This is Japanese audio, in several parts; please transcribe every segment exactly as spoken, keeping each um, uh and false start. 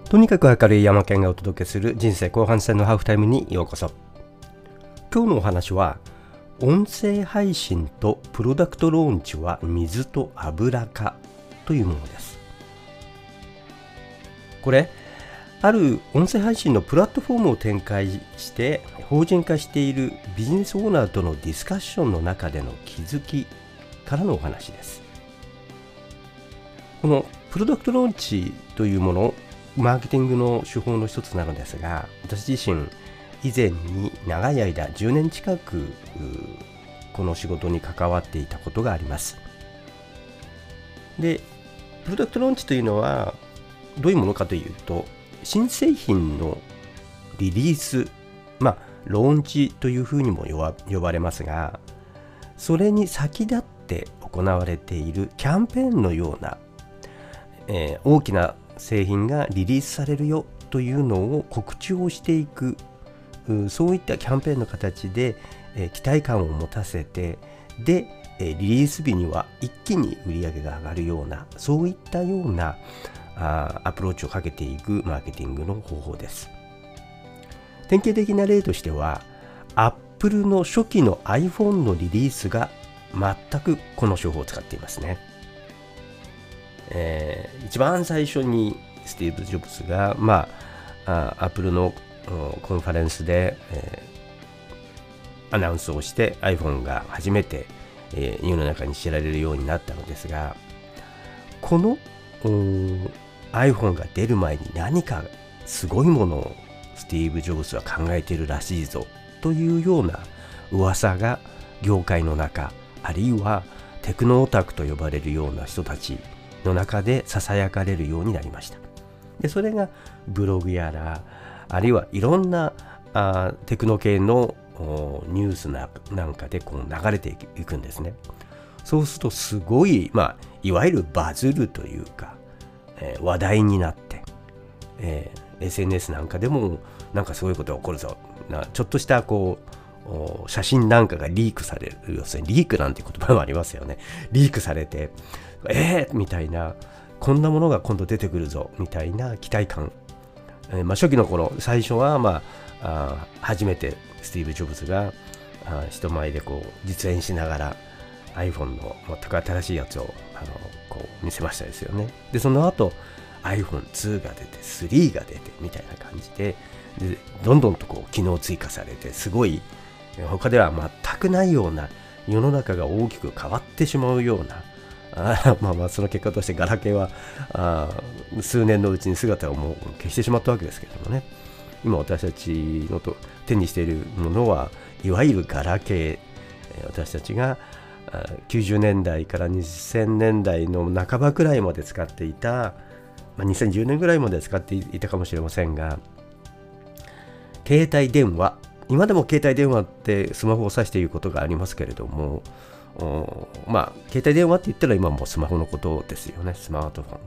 とにかく明るい山県がお届けする人生後半戦のハーフタイムにようこそ。今日のお話は、音声配信とプロダクトローンチは水と油かというものです。これ、ある音声配信のプラットフォームを展開して法人化しているビジネスオーナーとのディスカッションの中での気づきからのお話です。このプロダクトローンチというもの、マーケティングの手法の一つなのですが、私自身以前に長い間じゅうねん近くこの仕事に関わっていたことがあります。で、プロダクトローンチというのはどういうものかというと、新製品のリリース、まあローンチというふうにも呼ばれますが、それに先立って行われているキャンペーンのような、えー、大きな製品がリリースされるよというのを告知をしていく、そういったキャンペーンの形で、えー、期待感を持たせて、で、えー、リリース日には一気に売り上げが上がるような、そういったようなあアプローチをかけていくマーケティングの方法です。典型的な例としては、Apple の初期の iPhone のリリースが全くこの手法を使っていますね。えー、一番最初にスティーブ・ジョブズが、まあ、あ Apple のコンファレンスで、えー、アナウンスをして iPhone が初めて、えー、世の中に知られるようになったのですが、この iPhone が出る前に何かすごいものをスティーブ・ジョブズは考えているらしいぞというような噂が業界の中、あるいはテクノオタクと呼ばれるような人たちの中で囁かれるようになりました。で、それがブログやら、あるいはいろんなあテクノ系のニュースななんかでこう流れていくんですね。そうするとすごい、まあ、いわゆるバズるというか、えー、話題になって、えー、エスエヌエス なんかでもなんかすごいことが起こるぞな、ちょっとしたこう写真なんかがリークされる、要するにリークなんて言葉もありますよね。リークされて、えーみたいな、こんなものが今度出てくるぞみたいな期待感、えーまあ、初期の頃、最初は、まあ、あ初めてスティーブ・ジョブズがあ人前でこう実演しながら iPhone の全く新しいやつをあのこう見せましたですよね。で、その後 アイフォンツー が出てスリーが出てみたいな感じで、でどんどんとこう機能追加されて、すごい他では全くないような、世の中が大きく変わってしまうような、あまあまあその結果としてガラケーはあ数年のうちに姿をもう消してしまったわけですけれどもね。今私たちのと手にしているものはいわゆるガラケー、私たちがきゅうじゅうねんだいからにせんねんだいの半ばくらいまで使っていた、まあ、にせんじゅうねんぐらいまで使っていたかもしれませんが、携帯電話、今でも携帯電話ってスマホを指していることがありますけれども、まあ携帯電話って言ったら今もうスマホのことですよね。スマートフォン、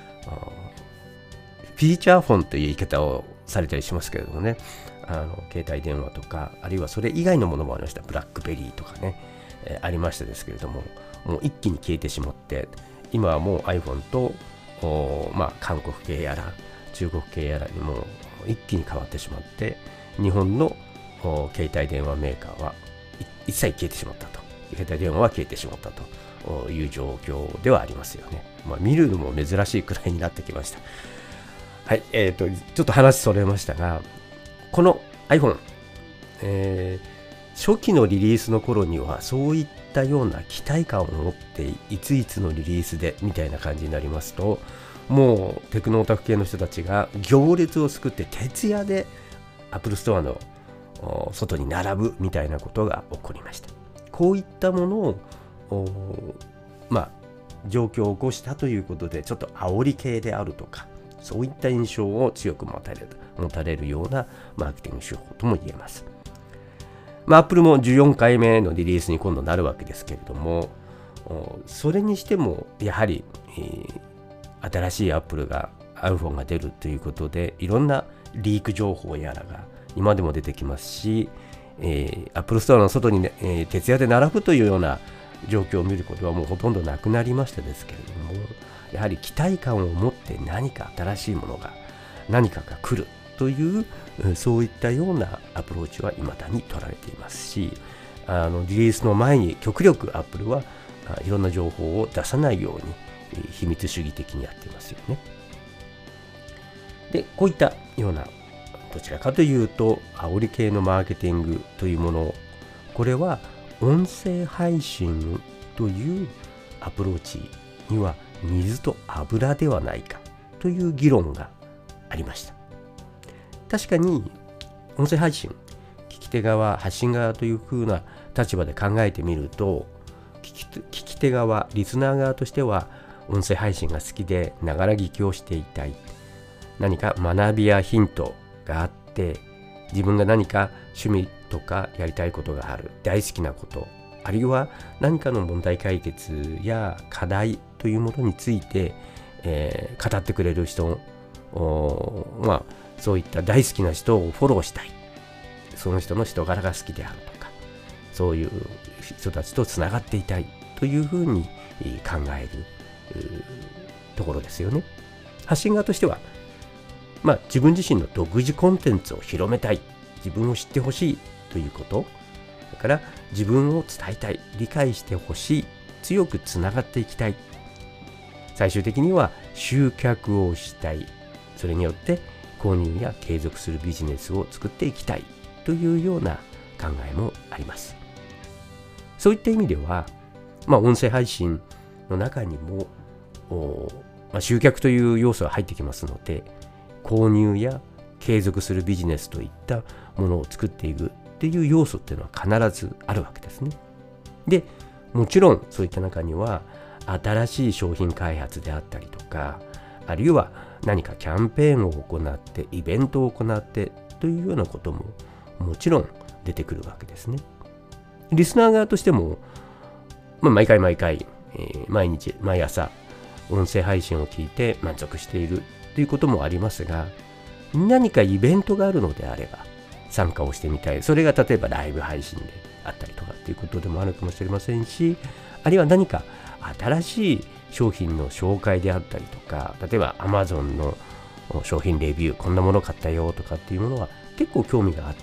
フィーチャーフォンという言い方をされたりしますけれどもね、あの携帯電話とか、あるいはそれ以外のものもありました。ブラックベリーとかね、えー、ありましたですけれども、もう一気に消えてしまって、今はもう iPhone とまあ、韓国系やら中国系やらにも一気に変わってしまって、日本の携帯電話メーカーは一切消えてしまったと、携帯電話は消えてしまったという状況ではありますよね。まあ、見るのも珍しいくらいになってきました。はい、えーと、ちょっと話それましたが、この iPhone、えー、初期のリリースの頃にはそういったような期待感を持って、いついつのリリースでみたいな感じになりますと、もうテクノオタク系の人たちが行列を作って徹夜で Apple Store の外に並ぶみたいなことが起こりました。こういったものをまあ状況を起こしたということで、ちょっと煽り系であるとか、そういった印象を強く持たれる、持たれるようなマーケティング手法とも言えます。まあ、Apple もじゅうよんかいめのリリースに今度なるわけですけれども、それにしてもやはり、えー、新しい Apple が iPhone が出るということで、いろんなリーク情報やらが今でも出てきますし、えー、Apple Store の外に、ねえー、徹夜で並ぶというような状況を見ることはもうほとんどなくなりましたですけれども、やはり期待感を持って何か新しいものが何かが来るというそういったようなアプローチは未だに取られていますし、あのリリースの前に極力 Apple はいろんな情報を出さないように秘密主義的にやっていますよね。で、こういったようなどちらかというと煽り系のマーケティングというもの、これは音声配信というアプローチには水と油ではないかという議論がありました。確かに音声配信、聞き手側、発信側という風な立場で考えてみると、聞き、聞き手側、リスナー側としては音声配信が好きでながら聞きをしていたい、何か学びやヒントがあって、自分が何か趣味とかやりたいことがある、大好きなこと、あるいは何かの問題解決や課題というものについて、えー、語ってくれる人、まあそういった大好きな人をフォローしたい、その人の人柄が好きであるとか、そういう人たちとつながっていたいというふうに考えるところですよね。発信側としては、まあ、自分自身の独自コンテンツを広めたい、自分を知ってほしいということ、だから自分を伝えたい、理解してほしい、強くつながっていきたい、最終的には集客をしたい、それによって購入や継続するビジネスを作っていきたいというような考えもあります。そういった意味では、まあ、音声配信の中にも、まあ、集客という要素が入ってきますので、購入や継続するビジネスといったものを作っていくっていう要素っていうのは必ずあるわけですね。で、もちろんそういった中には新しい商品開発であったりとか、あるいは何かキャンペーンを行ってイベントを行ってというようなことももちろん出てくるわけですね。リスナー側としても、まあ、毎回毎回、えー、毎日毎朝音声配信を聞いて満足しているということもありますが、何かイベントがあるのであれば参加をしてみたい。それが例えばライブ配信であったりとかっていうことでもあるかもしれませんし、あるいは何か新しい商品の紹介であったりとか、例えば Amazon の商品レビュー、こんなもの買ったよとかっていうものは結構興味があって、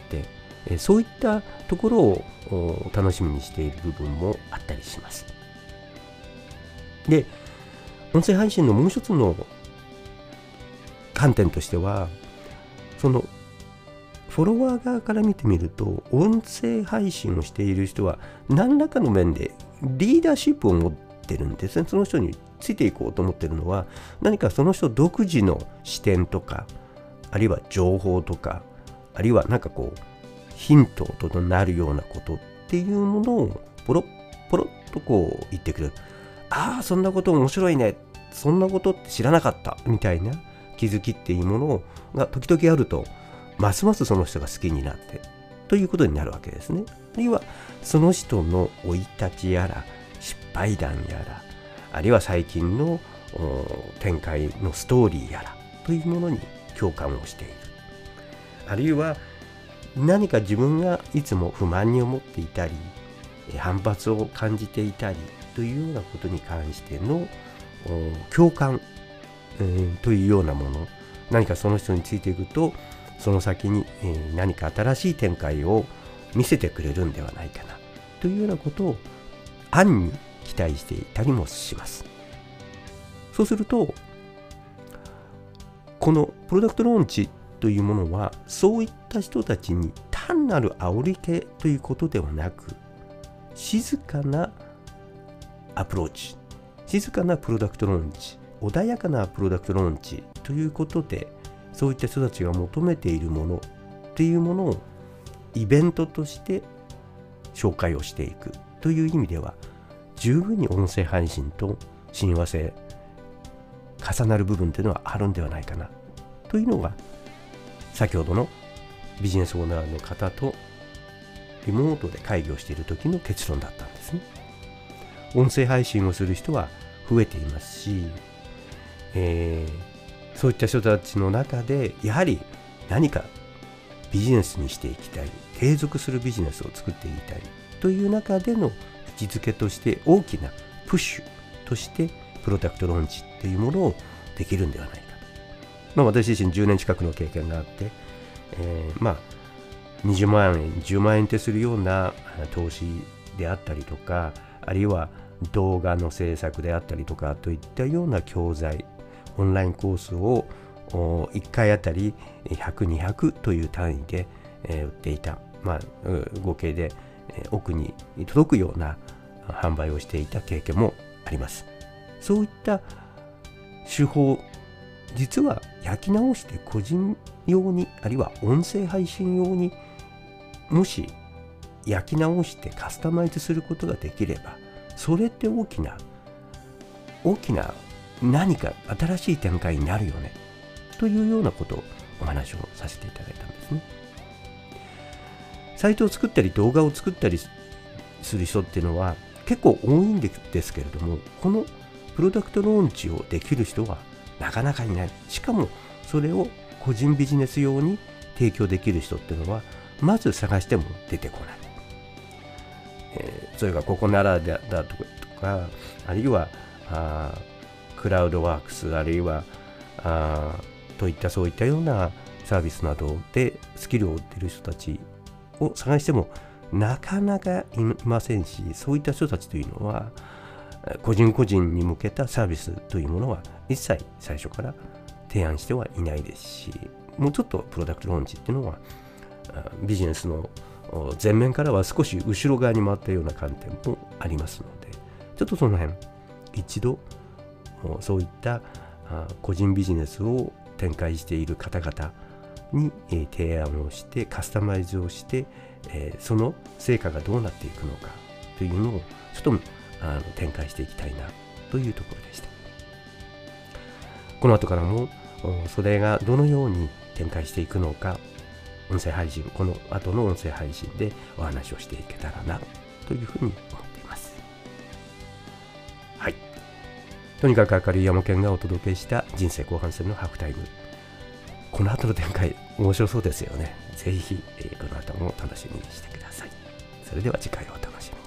そういったところを楽しみにしている部分もあったりします。で、音声配信のもう一つの観点としては、そのフォロワー側から見てみると、音声配信をしている人は何らかの面でリーダーシップを持っててるんですね。その人についていこうと思ってるのは、何かその人独自の視点とか、あるいは情報とか、あるいはなんかこうヒントとなるようなことっていうものをポロッポロッとこう言ってくれる。ああ、そんなこと面白いね、そんなことって知らなかったみたいな気づきっていうものが時々あると、ますますその人が好きになってということになるわけですね。あるいはその人の生い立ちやら失敗談やら、あるいは最近の展開のストーリーやらというものに共感をしている。あるいは何か自分がいつも不満に思っていたり、反発を感じていたりというようなことに関しての共感、えー、というようなもの、何かその人についていくと、その先に、えー、何か新しい展開を見せてくれるんではないかなというようなことを暗に期待していたりもします。そうすると、このプロダクトローンチというものは、そういった人たちに単なる煽り系ということではなく、静かなアプローチ、静かなプロダクトローンチ、穏やかなプロダクトローンチということで、そういった人たちが求めているものっていうものをイベントとして紹介をしていくという意味では、十分に音声配信と親和性重なる部分というのはあるんではないかなというのが、先ほどのビジネスオーナーの方とリモートで会議をしている時の結論だったんですね。音声配信をする人は増えていますし、えー、そういった人たちの中でやはり何かビジネスにしていきたい、継続するビジネスを作っていきたいという中での位置づけとして、大きなプッシュとしてプロダクトローンチっていうものをできるんではないかと。 まあ、私自身じゅうねん近くの経験があって、えー、まあにじゅうまんえんじゅうまんえんってするような投資であったりとか、あるいは動画の制作であったりとかといったような教材、オンラインコースをいっかいあたりひゃく、にひゃくという単位で売っていた、まあ、合計で億に届くような販売をしていた経験もあります。そういった手法、実は焼き直して個人用に、あるいは音声配信用にもし焼き直してカスタマイズすることができれば、それって大きな大きな何か新しい展開になるよねというようなことをお話をさせていただいたんですね。サイトを作ったり動画を作ったりする人っていうのは結構多いんですけれども、このプロダクトローンチをできる人はなかなかいない。しかもそれを個人ビジネス用に提供できる人っていうのはまず探しても出てこない。えー、それがここならだだとか、あるいはあクラウドワークス、あるいはあといったそういったようなサービスなどでスキルを売っている人たちを探してもなかなかいませんし、そういった人たちというのは個人個人に向けたサービスというものは一切最初から提案してはいないですし、もうちょっとプロダクトローンチっていうのはビジネスの前面からは少し後ろ側に回ったような観点もありますので、ちょっとその辺一度そういった個人ビジネスを展開している方々に提案をしてカスタマイズをして、その成果がどうなっていくのかというのをちょっとあの展開していきたいなというところでした。この後からもそれがどのように展開していくのか、音声配信、この後の音声配信でお話をしていけたらなというふうに思っています。はい。とにかく明るい山県がお届けした人生後半戦のハーフタイム。この後の展開、面白そうですよね。ぜひ、えー、この後も楽しみにしてください。それでは次回をお楽しみに。